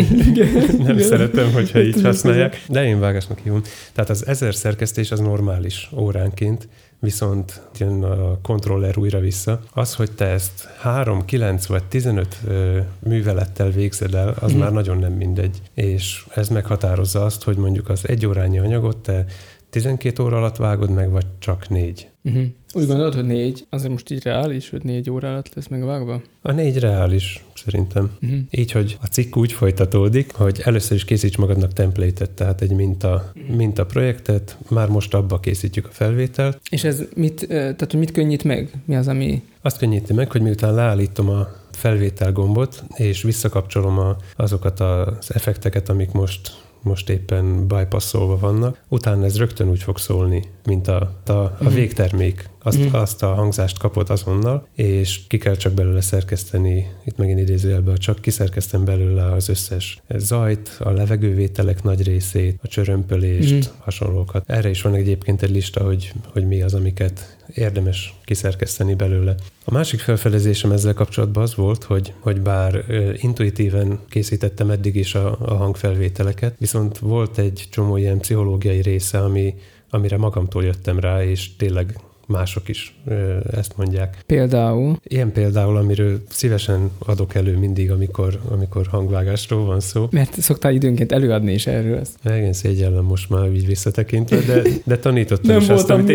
nem szeretem, hogyha így használják, de én vágásnak hívom. Tehát az 1000 szerkesztés az normális óránként, viszont jön a kontroller újra vissza. Az, hogy te ezt 3, 9 vagy 15 művelettel végzed el, az már nagyon nem mindegy. És ez meghatározza azt, hogy mondjuk az 1 órányi anyagot te 12 óra alatt vágod meg, vagy csak 4.
Úgy gondolod, hogy 4? Azért most így reális, hogy 4 óra alatt lesz megvágva?
A 4 reális, szerintem. Így, hogy a cikk úgy folytatódik, hogy először is készíts magadnak template-et, tehát egy minta projektet, már most abba készítjük a felvételt.
És ez mit könnyít meg? Mi az, ami...
Azt könnyíti meg, hogy miután leállítom a felvétel gombot, és visszakapcsolom azokat az effekteket, amik most éppen bypasszolva vannak, utána ez rögtön úgy fog szólni, mint a végtermék. Azt a hangzást kapod azonnal, és ki kell csak belőle szerkeszteni, itt megint idézőjelben, csak kiszerkeztem belőle az összes zajt, a levegővételek nagy részét, a csörömpölést, hasonlókat. Erre is van egyébként egy lista, hogy mi az, amiket érdemes kiszerkeszteni belőle. A másik felfedezésem ezzel kapcsolatban az volt, hogy bár intuitíven készítettem eddig is a hangfelvételeket, viszont volt egy csomó ilyen pszichológiai része, amire magamtól jöttem rá, és tényleg mások is ezt mondják.
Például?
Ilyen például, amiről szívesen adok elő mindig, amikor hangvágásról van szó.
Mert szoktál időnként előadni is erről ezt.
Igen, szégyellem most már így visszatekintve, de tanítottam
nem
is azt, amit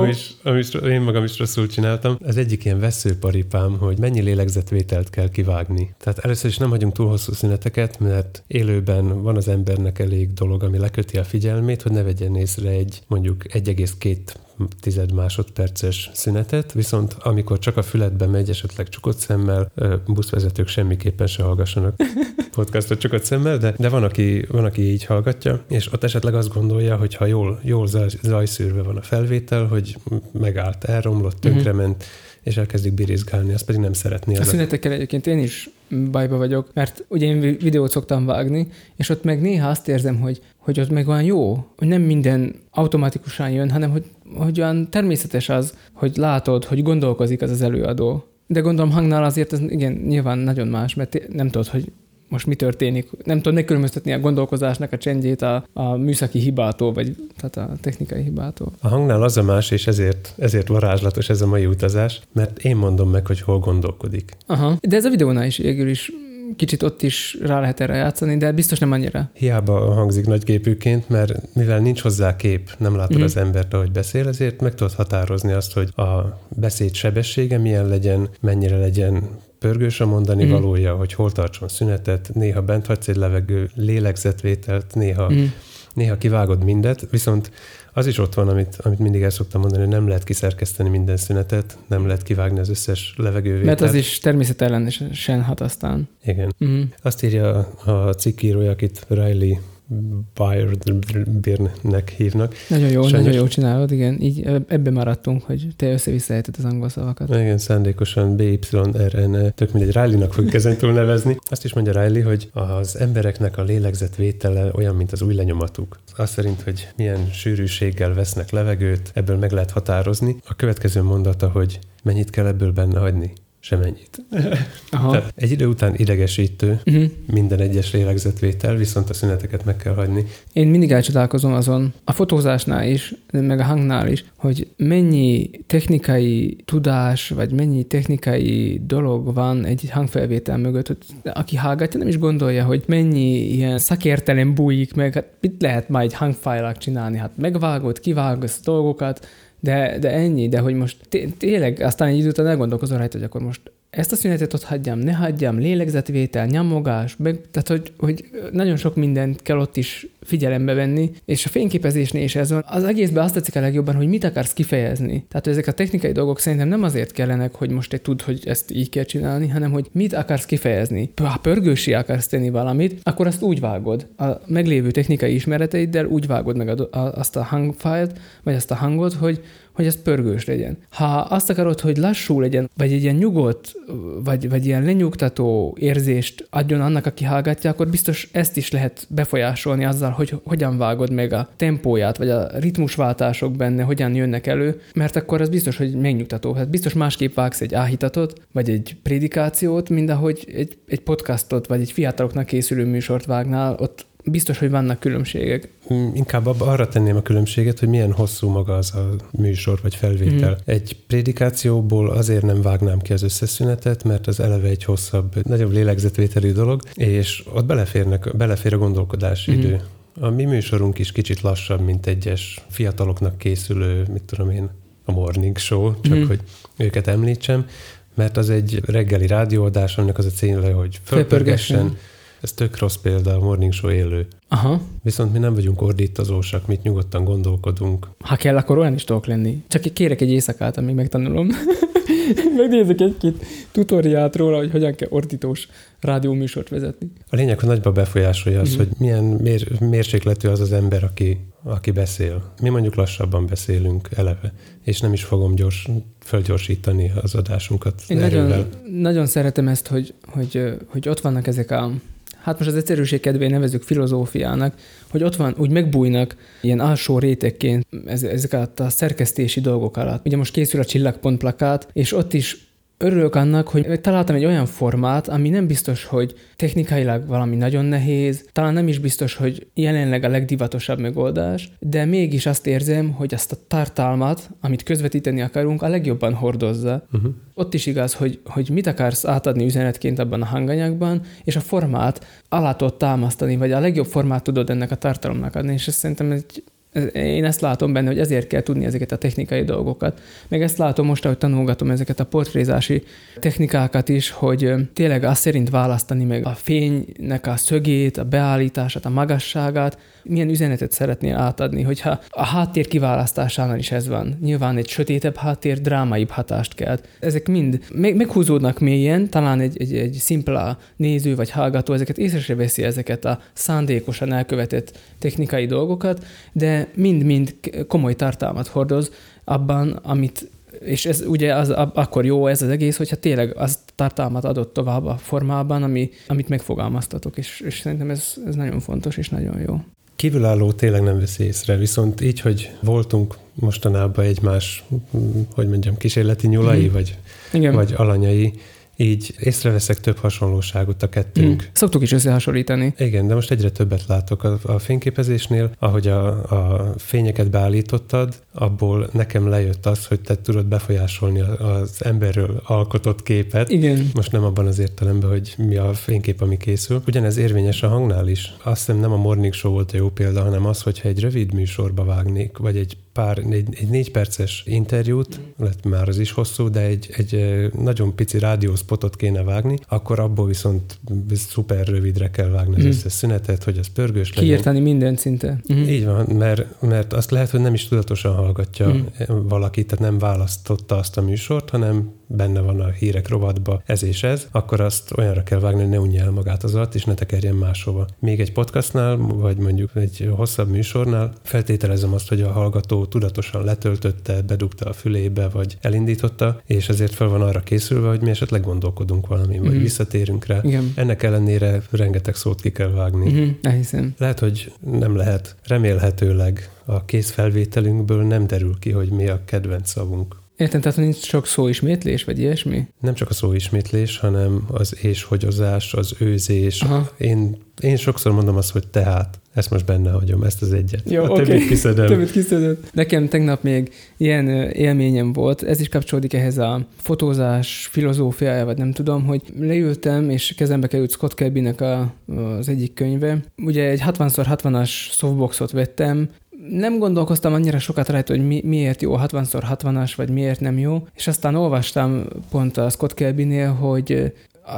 én magam is rosszul csináltam. Az egyik ilyen veszőparipám, hogy mennyi lélegzetvételt kell kivágni. Tehát először is nem hagyunk túl hosszú szüneteket, mert élőben van az embernek elég dolog, ami leköti a figyelmét, hogy ne vegyen észre egy mondjuk 1,2 másodperces szünetet, viszont amikor csak a füledbe megy, esetleg csukott szemmel, buszvezetők semmiképpen se hallgassanak podcastot csukott szemmel, de van, aki így hallgatja, és ott esetleg azt gondolja, hogy ha jól zajszűrve van a felvétel, hogy megállt, elromlott, tönkrement, és elkezdik birizgálni, azt pedig nem szeretné.
A szünetekkel egyébként én is bajba vagyok, mert ugye én videót szoktam vágni, és ott meg néha azt érzem, hogy ott meg van jó, hogy nem minden automatikusan jön, hanem hogy olyan természetes az, hogy látod, hogy gondolkozik az előadó. De gondolom hangnál azért ez igen, nyilván nagyon más, mert nem tudod, hogy most mi történik. Nem tudod megkülönböztetni a gondolkozásnak a csendjét a műszaki hibától, vagy tehát a technikai hibától.
A hangnál az a más, és ezért varázslatos ez a mai utazás, mert én mondom meg, hogy hol gondolkodik.
Aha. De ez a videónál is végül is kicsit ott is rá lehet erre játszani, de biztos nem annyira.
Hiába hangzik nagyképűként, mert mivel nincs hozzá kép, nem látod az embert, ahogy beszél, ezért meg tudod határozni azt, hogy a beszéd sebessége milyen legyen, mennyire legyen pörgős a mondani valója, hogy hol tartson szünetet, néha bent hagysz egy levegő lélegzetvételt, néha kivágod mindet, viszont az is ott van, amit mindig el szoktam mondani, hogy nem lehet kiszerkeszteni minden szünetet, nem lehet kivágni az összes levegővételt.
Mert az is természetellenesen hat aztán.
Igen. Azt írja a cikkírója, akit Riley Wiredbirnek hívnak.
Nagyon jó csinálod, igen. Így ebben maradtunk, hogy te össze-visszaejted az angol szavakat.
Igen, szándékosan BYRN, tök mindegy, Riley-nak fogjuk ezentúl nevezni. Azt is mondja Riley, hogy az embereknek a lélegzetvétele olyan, mint az új lenyomatuk. Azt szerint, hogy milyen sűrűséggel vesznek levegőt, ebből meg lehet határozni. A következő mondata, hogy mennyit kell ebből benne hagyni? Semennyit. Tehát egy idő után idegesítő minden egyes lélegzetvétel, viszont a szüneteket meg kell hagyni.
Én mindig elcsodálkozom azon, a fotózásnál is, meg a hangnál is, hogy mennyi technikai tudás, vagy mennyi technikai dolog van egy hangfelvétel mögött, hogy aki hallgatja, nem is gondolja, hogy mennyi ilyen szakértelem bújik meg, hát mit lehet már egy hangfájlak csinálni, hát megvágod, kivágsz dolgokat, de ennyi, de hogy most tényleg aztán egy idő után elgondolkozol rajta, hogy akkor most ezt a szünetet ott hagyjam, ne hagyjam, lélegzetvétel, nyomogás, tehát hogy nagyon sok mindent kell ott is figyelembe venni, és a fényképezésnél is ez van. Az egészben azt tetszik a legjobban, hogy mit akarsz kifejezni. Tehát ezek a technikai dolgok szerintem nem azért kellenek, hogy most te tudd, hogy ezt így kell csinálni, hanem hogy mit akarsz kifejezni. Ha pörgősé akarsz tenni valamit, akkor azt úgy vágod. A meglévő technikai ismereteiddel úgy vágod meg azt a hangfájlt, vagy azt a hangot, hogy ez pörgős legyen. Ha azt akarod, hogy lassú legyen, vagy egy ilyen nyugodt, vagy ilyen lenyugtató érzést adjon annak, aki hallgatja, akkor biztos ezt is lehet befolyásolni azzal, hogy hogyan vágod meg a tempóját, vagy a ritmusváltások benne, hogyan jönnek elő, mert akkor az biztos, hogy megnyugtató. Hát biztos másképp vágsz egy áhítatot, vagy egy prédikációt, mint ahogy egy podcastot, vagy egy fiataloknak készülő műsort vágnál, ott biztos, hogy vannak különbségek.
Inkább arra tenném a különbséget, hogy milyen hosszú maga az a műsor vagy felvétel. Egy prédikációból azért nem vágnám ki az összeszünetet, mert az eleve egy hosszabb, nagyobb lélegzetvételű dolog, és ott belefér a gondolkodási idő. A mi műsorunk is kicsit lassabb, mint egyes fiataloknak készülő, mit tudom én, a Morning Show, csak hogy őket említsem, mert az egy reggeli rádióadás, annak az a célja, hogy fölpörgessen. Ez tök rossz példa, a Morning Show élő.
Aha.
Viszont mi nem vagyunk ordítozósak, mit nyugodtan gondolkodunk.
Ha kell, akkor olyan is tudok lenni. Csak kérek egy éjszakát, amíg megtanulom. Megnézek egy-két tutoriát róla, hogy hogyan kell ordítós rádióműsort vezetni.
A lényeg, hogy nagyban befolyásolja az, hogy milyen mérsékletű az az ember, aki beszél. Mi mondjuk lassabban beszélünk eleve, és nem is fogom fölgyorsítani az adásunkat.
Én nagyon szeretem ezt, hogy ott vannak ezek hát most az egyszerűség kedvéért nevezzük filozófiának, hogy ott van, úgy megbújnak ilyen alsó rétegként ezek a szerkesztési dolgok alatt. Ugye most készül a Csillagpont plakát, és ott is örülök annak, hogy találtam egy olyan formát, ami nem biztos, hogy technikailag valami nagyon nehéz, talán nem is biztos, hogy jelenleg a legdivatosabb megoldás, de mégis azt érzem, hogy azt a tartalmat, amit közvetíteni akarunk, a legjobban hordozza. Ott is igaz, hogy mit akarsz átadni üzenetként abban a hanganyagban, és a formát alá tudod támasztani, vagy a legjobb formát tudod ennek a tartalomnak adni, és ezt szerintem én ezt látom benne, hogy ezért kell tudni ezeket a technikai dolgokat. Meg ezt látom most, ahogy tanulgatom ezeket a portrézási technikákat is, hogy tényleg azt szerint választani meg a fénynek a szögét, a beállítását, a magasságát, milyen üzenetet szeretnél átadni, hogyha a háttér kiválasztásánál is ez van. Nyilván egy sötétebb háttér drámaibb hatást kelt. Ezek mind meghúzódnak mélyen, talán egy szimpla néző vagy hallgató ezeket észre se veszi, ezeket a szándékosan elkövetett technikai dolgokat, de mind-mind komoly tartalmat hordoz abban, amit, és ez ugye akkor jó ez az egész, hogyha tényleg az tartalmat adott tovább a formában, amit megfogalmaztatok, és szerintem ez nagyon fontos és nagyon jó.
Kívülálló tényleg nem veszi észre, viszont így, hogy voltunk mostanában egymás, hogy mondjam, kísérleti nyulai, vagy alanyai, így észreveszek több hasonlóságot a kettőnk.
Szoktuk is összehasonlítani.
Igen, de most egyre többet látok a fényképezésnél, ahogy a fényeket beállítottad, abból nekem lejött az, hogy te tudod befolyásolni az emberről alkotott képet.
Igen.
Most nem abban az értelemben, hogy mi a fénykép, ami készül. Ugyanez érvényes a hangnál is. Azt hiszem nem a Morning Show volt a jó példa, hanem az, hogyha egy rövid műsorba vágnék, vagy egy 4 perces interjút, lett már az is hosszú, de egy nagyon pici rádiószpotot kéne vágni, akkor abból viszont szuper rövidre kell vágni az összes szünetet, hogy az pörgős legyen.
Kiírtani mindent szinte.
Így van, mert azt lehet, hogy nem is tudatosan hallgatja valaki, tehát nem választotta azt a műsort, hanem benne van a hírek rovatba ez és ez, akkor azt olyanra kell vágni, hogy ne unja el magát az alatt, és ne tekerjen máshova. Még egy podcastnál, vagy mondjuk egy hosszabb műsornál feltételezem azt, hogy a hallgató tudatosan letöltötte, bedugta a fülébe, vagy elindította, és ezért fel van arra készülve, hogy mi esetleg gondolkodunk valamin, vagy visszatérünk rá.
Igen.
Ennek ellenére rengeteg szót ki kell vágni.
Elhiszem.
Lehet, hogy nem lehet. Remélhetőleg a kézfelvételünkből nem derül ki, hogy mi a kedvenc szavunk.
Értem, tehát nincs sok szóismétlés, vagy ilyesmi?
Nem csak a szóismétlés, hanem az és-hogyozás, az őzés. Én sokszor mondom azt, hogy tehát. Ezt most benne hagyom, ezt az egyet.
Jó,
a többit kiszedem.
Többit kiszedem. Nekem tegnap még ilyen élményem volt, ez is kapcsolódik ehhez a fotózás filozófiája, vagy nem tudom, hogy leültem, és kezembe került Scott Kelbynek az egyik könyve. Ugye egy 60x60-as softboxot vettem, nem gondolkoztam annyira sokat rajta, hogy miért jó a 60x60-as, vagy miért nem jó, és aztán olvastam pont a Scott Kelbynél, hogy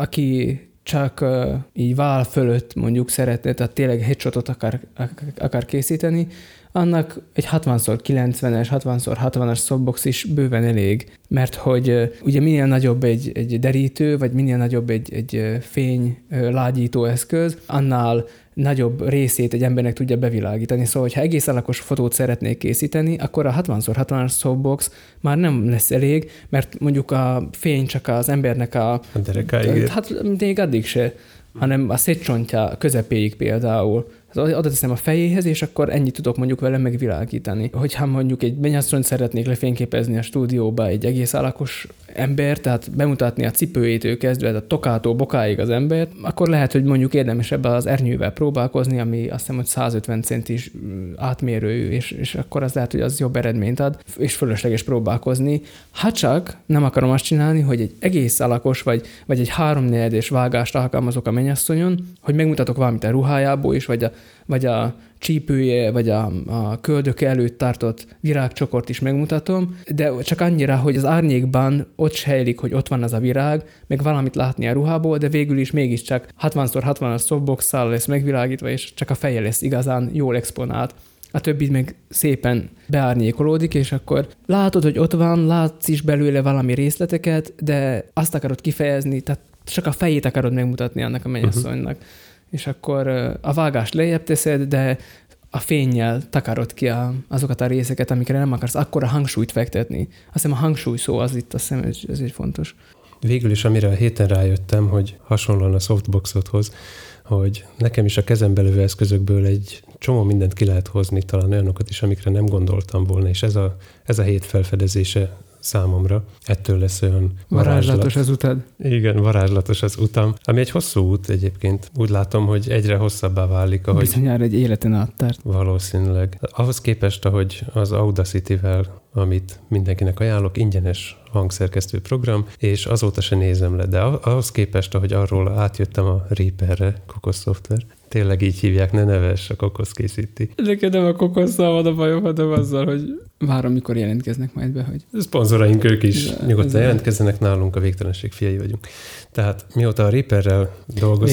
aki csak így vál fölött mondjuk szeretne, tehát tényleg headshotot akar készíteni, annak egy 60x90-es, 60x60-as softbox is bőven elég, mert hogy ugye minél nagyobb egy derítő, vagy minél nagyobb egy fénylágyító eszköz, annál nagyobb részét egy embernek tudja bevilágítani. Szóval, ha egész alakos fotót szeretnék készíteni, akkor a 60x60-as softbox már nem lesz elég, mert mondjuk a fény csak az embernek a
derekáig.
Hát még addig se, hanem a szétcsontja közepéig például. Oda teszem a fejéhez, és akkor ennyit tudok mondjuk vele megvilágítani. Hogyha mondjuk egy mennyasszonyt szeretnék lefényképezni a stúdióba, egy egész alakos ember, tehát bemutatni a cipőjétől kezdve, a tokától bokáig az embert, akkor lehet, hogy mondjuk érdemes ebben az ernyővel próbálkozni, ami azt hiszem, hogy 150 centis átmérőjű, és akkor az lehet, hogy az jobb eredményt ad, és fölösleges próbálkozni. Ha csak nem akarom azt csinálni, hogy egy egész alakos, vagy egy 3/4-es vágást alkalmazok a mennyasszonyon, hogy megmutatok valamit a ruhájából is, vagy a csípője, vagy a köldöke előtt tartott virágcsokort is megmutatom, de csak annyira, hogy az árnyékban ott sejlik, hogy ott van az a virág, meg valamit látni a ruhából, de végül is mégiscsak 60x60-as softbox-szal lesz megvilágítva, és csak a feje lesz igazán jól exponált. A többi meg szépen beárnyékolódik, és akkor látod, hogy ott van, látsz is belőle valami részleteket, de azt akarod kifejezni, tehát csak a fejét akarod megmutatni annak a mennyasszonynak. És akkor a vágást lejjebb teszed, de a fénnyel takarod ki azokat a részeket, amikre nem akarsz akkora hangsúlyt fektetni. Azt hiszem a hangsúly szó az itt, azt hiszem, ez egy fontos.
Végül is, amire a héten rájöttem, hogy hasonlóan a softboxothoz, hogy nekem is a kezembe levő eszközökből egy csomó mindent ki lehet hozni, talán olyanokat is, amikre nem gondoltam volna, és ez a hét felfedezése számomra. Ettől lesz olyan
varázslatos az utad.
Igen, varázslatos az utam. Ami egy hosszú út egyébként. Úgy látom, hogy egyre hosszabbá válik, ahogy...
Bizonyára egy életen áttart.
Valószínűleg. Ahhoz képest, ahogy az Audacity-vel, amit mindenkinek ajánlok, ingyenes hangszerkesztő program, és azóta se nézem le, de ahhoz képest, ahogy arról átjöttem a Reaperre, Kokosz szoftver, tényleg így hívják, ne neves, a Kokosz készíti.
Neked nem a Kokosszal van a bajom, hanem azzal, hogy várom, mikor jelentkeznek majd be, hogy...
Szponzoraink ők is nyugodtan jelentkezzenek, nálunk a Végtelenség fiai vagyunk. Tehát mióta a Reaperrel dolgozok...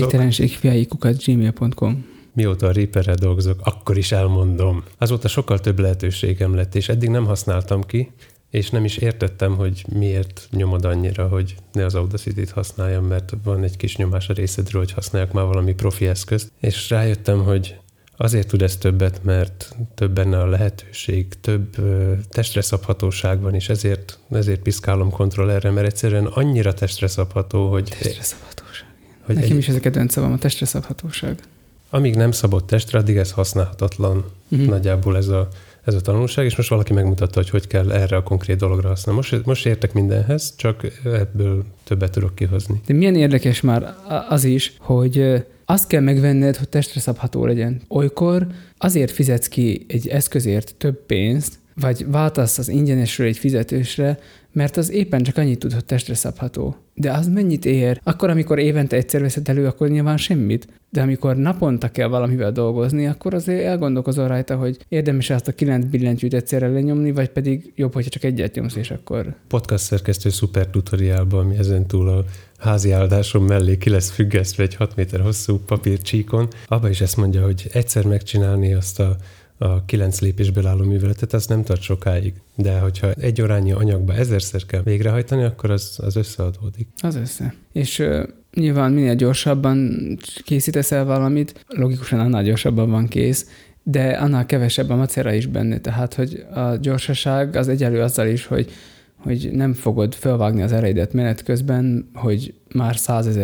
Végtelenségfiai@gmail.com.
Mióta a Reaperrel dolgozok, akkor is elmondom. Azóta sokkal több lehetőségem lett, és eddig nem használtam ki, és nem is értettem, hogy miért nyomod annyira, hogy ne az Audacity-t használjam, mert van egy kis nyomás a részedről, hogy használjak már valami profi eszközt. És rájöttem, hogy azért tud ez többet, mert több benne a lehetőség, több testre szabhatóság van, és ezért piszkálom kontrollerre, mert egyszerűen annyira testre szabható, hogy...
Testre szabhatóság. Nekem is ez a kedvenc szavam, a testre szabhatóság.
Amíg nem szabott testre, addig ez használhatatlan. Nagyjából ez a tanulság, és most valaki megmutatta, hogy kell erre a konkrét dologra használni. Most értek mindenhez, csak ebből többet tudok kihozni.
De milyen érdekes már az is, hogy azt kell megvenned, hogy testre szabható legyen. Olykor azért fizetsz ki egy eszközért több pénzt, vagy váltasz az ingyenesről egy fizetősre, mert az éppen csak annyit tud, hogy testre szabható. De az mennyit ér? Akkor, amikor évente egyszer veszed elő, akkor nyilván semmit. De amikor naponta kell valamivel dolgozni, akkor azért elgondolkozol rajta, hogy érdemes azt a 9 billentyűt egyszerre lenyomni, vagy pedig jobb, hogyha csak egyet nyomsz, és akkor...
Podcast szerkesztő szuper tutoriálban, ami ezentúl a házi áldásom mellé ki lesz függesztve egy 6 méter hosszú papírcsíkon. Abba is ezt mondja, hogy egyszer megcsinálni azt a 9 lépésből álló műveletet, az nem tart sokáig. De hogyha egy órányi anyagba 1000-szer kell végrehajtani, akkor az összeadódik.
Az össze. És nyilván minél gyorsabban készítesz el valamit, logikusan annál gyorsabban van kész, de annál kevesebb a macera is benne. Tehát, hogy a gyorsaság az egyenlő azzal is, hogy nem fogod felvágni az ereidet menet közben, hogy már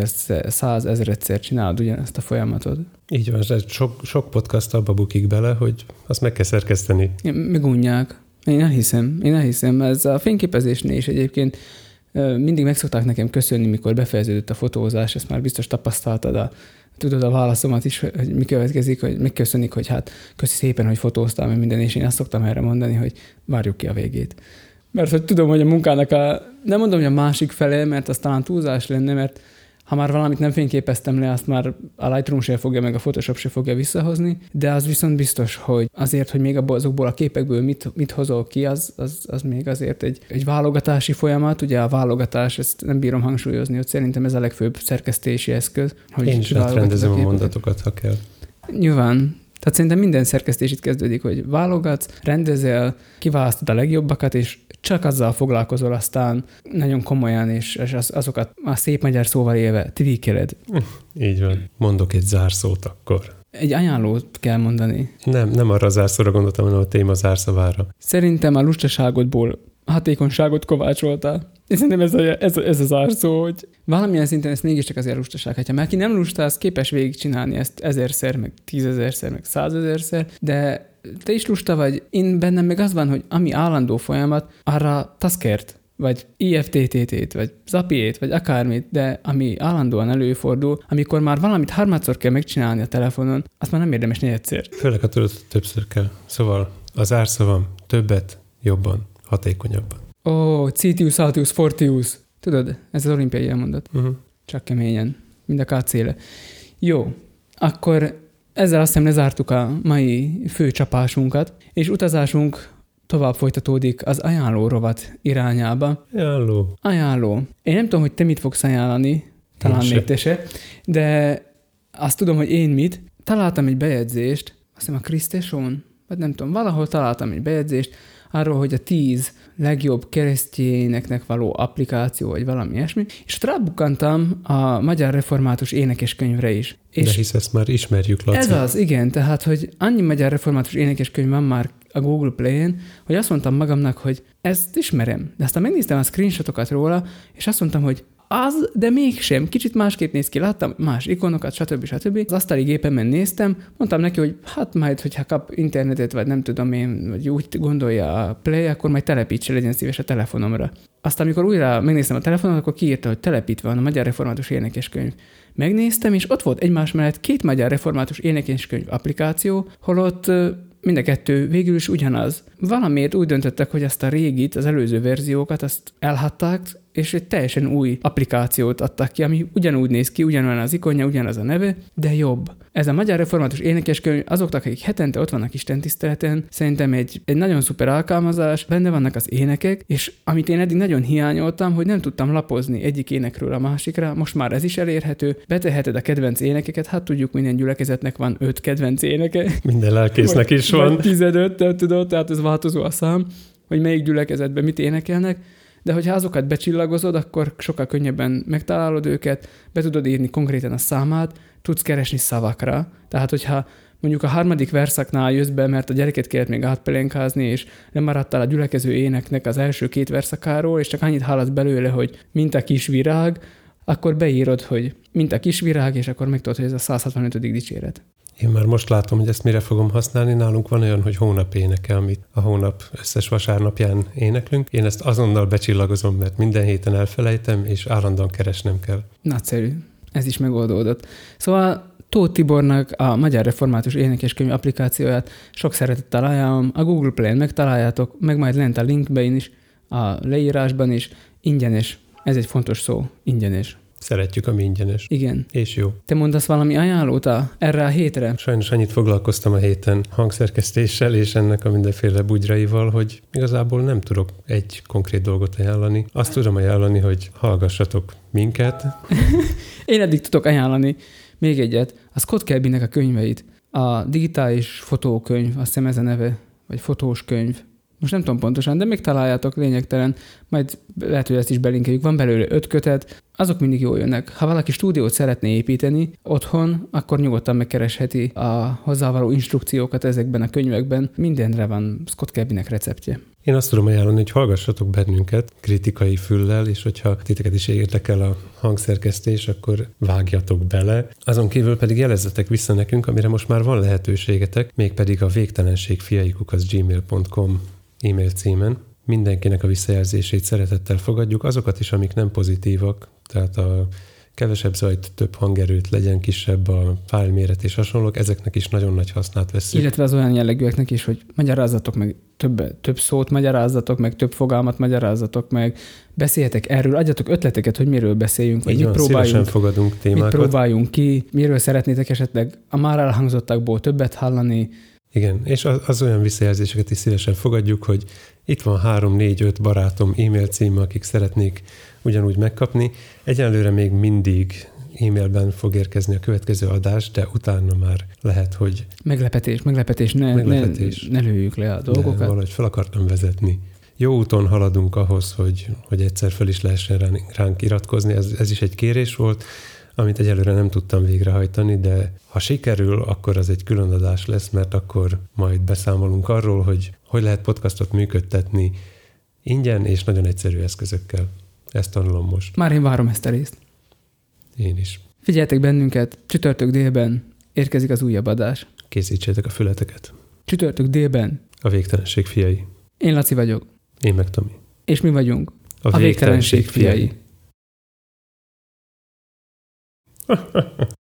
100 000-szer csinálod ugyanezt a folyamatot.
Így van, sok podcast abba bukik bele, hogy azt meg kell szerkeszteni.
Megunják. Én elhiszem. Ez a fényképezésnél is egyébként mindig meg szokták nekem köszönni, mikor befejeződött a fotózás, ezt már biztos tapasztaltad, tudod a válaszomat is, hogy mi következik, hogy megköszönik, hogy hát köszi szépen, hogy fotóztál, meg minden, és én azt szoktam erre mondani, hogy várjuk ki a végét. Mert hogy tudom, hogy a munkának nem mondom, hogy a másik fele, mert az talán túlzás lenne, mert ha már valamit nem fényképeztem le, azt már a Lightroom se fogja, meg a Photoshop se fogja visszahozni, de az viszont biztos, hogy azért, hogy még azokból a képekből mit hozol ki, az még azért egy válogatási folyamat. Ugye a válogatás, ezt nem bírom hangsúlyozni, hogy szerintem ez a legfőbb szerkesztési eszköz. Hogy
én is átrendezem a mondatokat, ha kell.
Nyilván. Tehát szerintem minden szerkesztés itt kezdődik, hogy válogatsz, rendezel, kiválasztod a legjobbakat, és csak azzal foglalkozol aztán nagyon komolyan, és azokat a szép magyar szóval élve tweakeled.
Így van. Mondok egy zárszót akkor.
Egy ajánlót kell mondani.
Nem arra a zárszóra gondoltam, hanem a téma zárszavára.
Szerintem a lustaságodból hatékonyságot kovácsoltál. És szerintem ez az zárszó, hogy valamilyen szinten ez mégiscsak azért lustaság. Ha már ki nem lusta, az képes végigcsinálni ezt 1000-szer, meg 10.000-szer, meg 100.000-szer, de te is lusta vagy, én bennem meg az van, hogy ami állandó folyamat, arra taskert, vagy IFTTT-t, vagy Zapiét, vagy akármit, de ami állandóan előfordul, amikor már valamit harmadszor kell megcsinálni a telefonon, azt már nem érdemes negyedszer.
Főleg, ha tudod, többször kell. Szóval az zárszavam többet, jobban, hatékonyabban.
Citius, Altius, Fortius. Tudod, ez az olimpiai elmondat. Csak keményen. Mind a KC-le. Jó, akkor ezzel azt hiszem lezártuk a mai fő csapásunkat, és utazásunk tovább folytatódik az ajánló rovat irányába. Ajánló. Én nem tudom, hogy te mit fogsz ajánlani, talán még te se, de azt tudom, hogy én mit. Találtam egy bejegyzést, azt hiszem a Kriszteson, vagy nem tudom, valahol találtam egy bejegyzést arról, hogy a 10 legjobb keresztényeknek való applikáció, vagy valami ilyesmi, és ott rábukkantam a Magyar Református Énekeskönyvre is.
De hisz ezt már ismerjük, Laci.
Ez az, igen, tehát, hogy annyi Magyar Református Énekeskönyv van már a Google Play-en, hogy azt mondtam magamnak, hogy ezt ismerem. De aztán megnéztem a screenshotokat róla, és azt mondtam, hogy az, de mégsem. Kicsit másképp néz ki, láttam más ikonokat, stb. Az asztali gépemen néztem, mondtam neki, hogy hát majd, hogyha kap internetet, vagy nem tudom én, vagy úgy gondolja a Play, akkor majd telepítse, legyen szíves a telefonomra. Aztán, amikor újra megnéztem a telefonon, akkor kiírta, hogy telepítve van a Magyar Református Énekeskönyv. Megnéztem, és ott volt egymás mellett 2 Magyar Református Énekeskönyv applikáció, holott mind a kettő végül is ugyanaz. Valamiért úgy döntöttek, hogy ezt a régit, az előző verziókat, azt elhatták, és egy teljesen új applikációt adtak ki, ami ugyanúgy néz ki, ugyanolyan az ikonja, ugyanaz a neve, de jobb. Ez a Magyar Református Énekeskönyv azoknak, akik hetente ott vannak istentiszteleten, szerintem egy nagyon szuper alkalmazás, benne vannak az énekek, és amit én eddig nagyon hiányoltam, hogy nem tudtam lapozni egyik énekről a másikra, most már ez is elérhető, beteheted a kedvenc énekeket, hát tudjuk, minden gyülekezetnek van 5 kedvenc éneke.
Minden lelkésznek is van.
15, tudod, tehát ez változó a szám, hogy melyik gyülekezetben mit énekelnek, de hogyha azokat becsillagozod, akkor sokkal könnyebben megtalálod őket, be tudod írni konkrétan a számát, tudsz keresni szavakra. Tehát, hogyha mondjuk a 3. verszaknál jössz be, mert a gyereket kellett még átpelenkázni, és nem maradtál a gyülekező éneknek az első 2 verszakáról, és csak annyit hallasz belőle, hogy mint a kis virág, akkor beírod, hogy mint a kis virág, és akkor megtudod, hogy ez a 165. dicséret.
Én már most látom, hogy ezt mire fogom használni. Nálunk van olyan, hogy hónap énekel, amit a hónap összes vasárnapján éneklünk. Én ezt azonnal becsillagozom, mert minden héten elfelejtem, és állandóan keresnem kell.
Nagyszerű. Ez is megoldódott. Szóval Tóth Tibornak a Magyar Református Énekeskönyv applikációját sok szeretettel ajánlom. A Google Play-en megtaláljátok, meg majd lent a linkben is, a leírásban is. Ingyenes. Ez egy fontos szó. Ingyenes.
Szeretjük, ami ingyenes.
Igen.
És jó.
Te mondasz valami ajánlót erre a hétre?
Sajnos annyit foglalkoztam a héten hangszerkesztéssel és ennek a mindenféle bugyraival, hogy igazából nem tudok egy konkrét dolgot ajánlani. Azt tudom ajánlani, hogy hallgassatok minket.
Én eddig tudok ajánlani még egyet. A Scott Kelbynek a könyveit. A digitális fotókönyv, azt hiszem ez a neve, vagy fotós könyv. Most nem tudom pontosan, de még találjátok, lényegtelen. Majd lehet, hogy ezt is belinkeljük. Van belőle 5 kötet, azok mindig jól jönnek. Ha valaki stúdiót szeretné építeni otthon, akkor nyugodtan megkeresheti a hozzávaló instrukciókat ezekben a könyvekben. Mindenre van Scott Kelbynek receptje.
Én azt tudom ajánlani, hogy hallgassatok bennünket kritikai füllel, és hogyha titeket is érdekel a hangszerkesztés, akkor vágjatok bele. Azon kívül pedig jelezzetek vissza nekünk, amire most már van lehetőségetek, mégpedig a végtelenségfiaik@gmail.com e-mail címen. Mindenkinek a visszajelzését szeretettel fogadjuk, azokat is, amik nem pozitívak, tehát a kevesebb zajt, több hangerőt, legyen kisebb a fájlméret és hasonlók, ezeknek is nagyon nagy hasznát vesszük.
Illetve az olyan jellegűeknek is, hogy magyarázzatok meg több szót, magyarázzatok meg, több fogalmat magyarázzatok meg, beszéljetek erről, adjatok ötleteket, hogy miről beszéljünk, vagy
szívesen fogadunk témákat.
Mit próbáljunk ki, miről szeretnétek esetleg a már elhangzottakból többet hallani.
Igen, és az olyan visszajelzéseket is szívesen fogadjuk, hogy itt van 3-4-5 barátom e-mail címe, akik szeretnék ugyanúgy megkapni. Egyenlőre még mindig e-mailben fog érkezni a következő adás, de utána már lehet, hogy...
Meglepetés. Ne lőjük le a dolgokat.
De valahogy fel akartam vezetni. Jó úton haladunk ahhoz, hogy egyszer fel is lehessen ránk iratkozni. Ez is egy kérés volt, amit egyelőre nem tudtam végrehajtani, de ha sikerül, akkor az egy külön adás lesz, mert akkor majd beszámolunk arról, hogy lehet podcastot működtetni ingyen és nagyon egyszerű eszközökkel. Ezt tanulom most.
Már én várom ezt a részt.
Én is.
Figyeljetek bennünket, csütörtök délben érkezik az újabb adás.
Készítsétek a fületeket.
Csütörtök délben.
A végtelenség fiai.
Én Laci vagyok.
Én meg Tomi.
És mi vagyunk
a végtelenség fiai.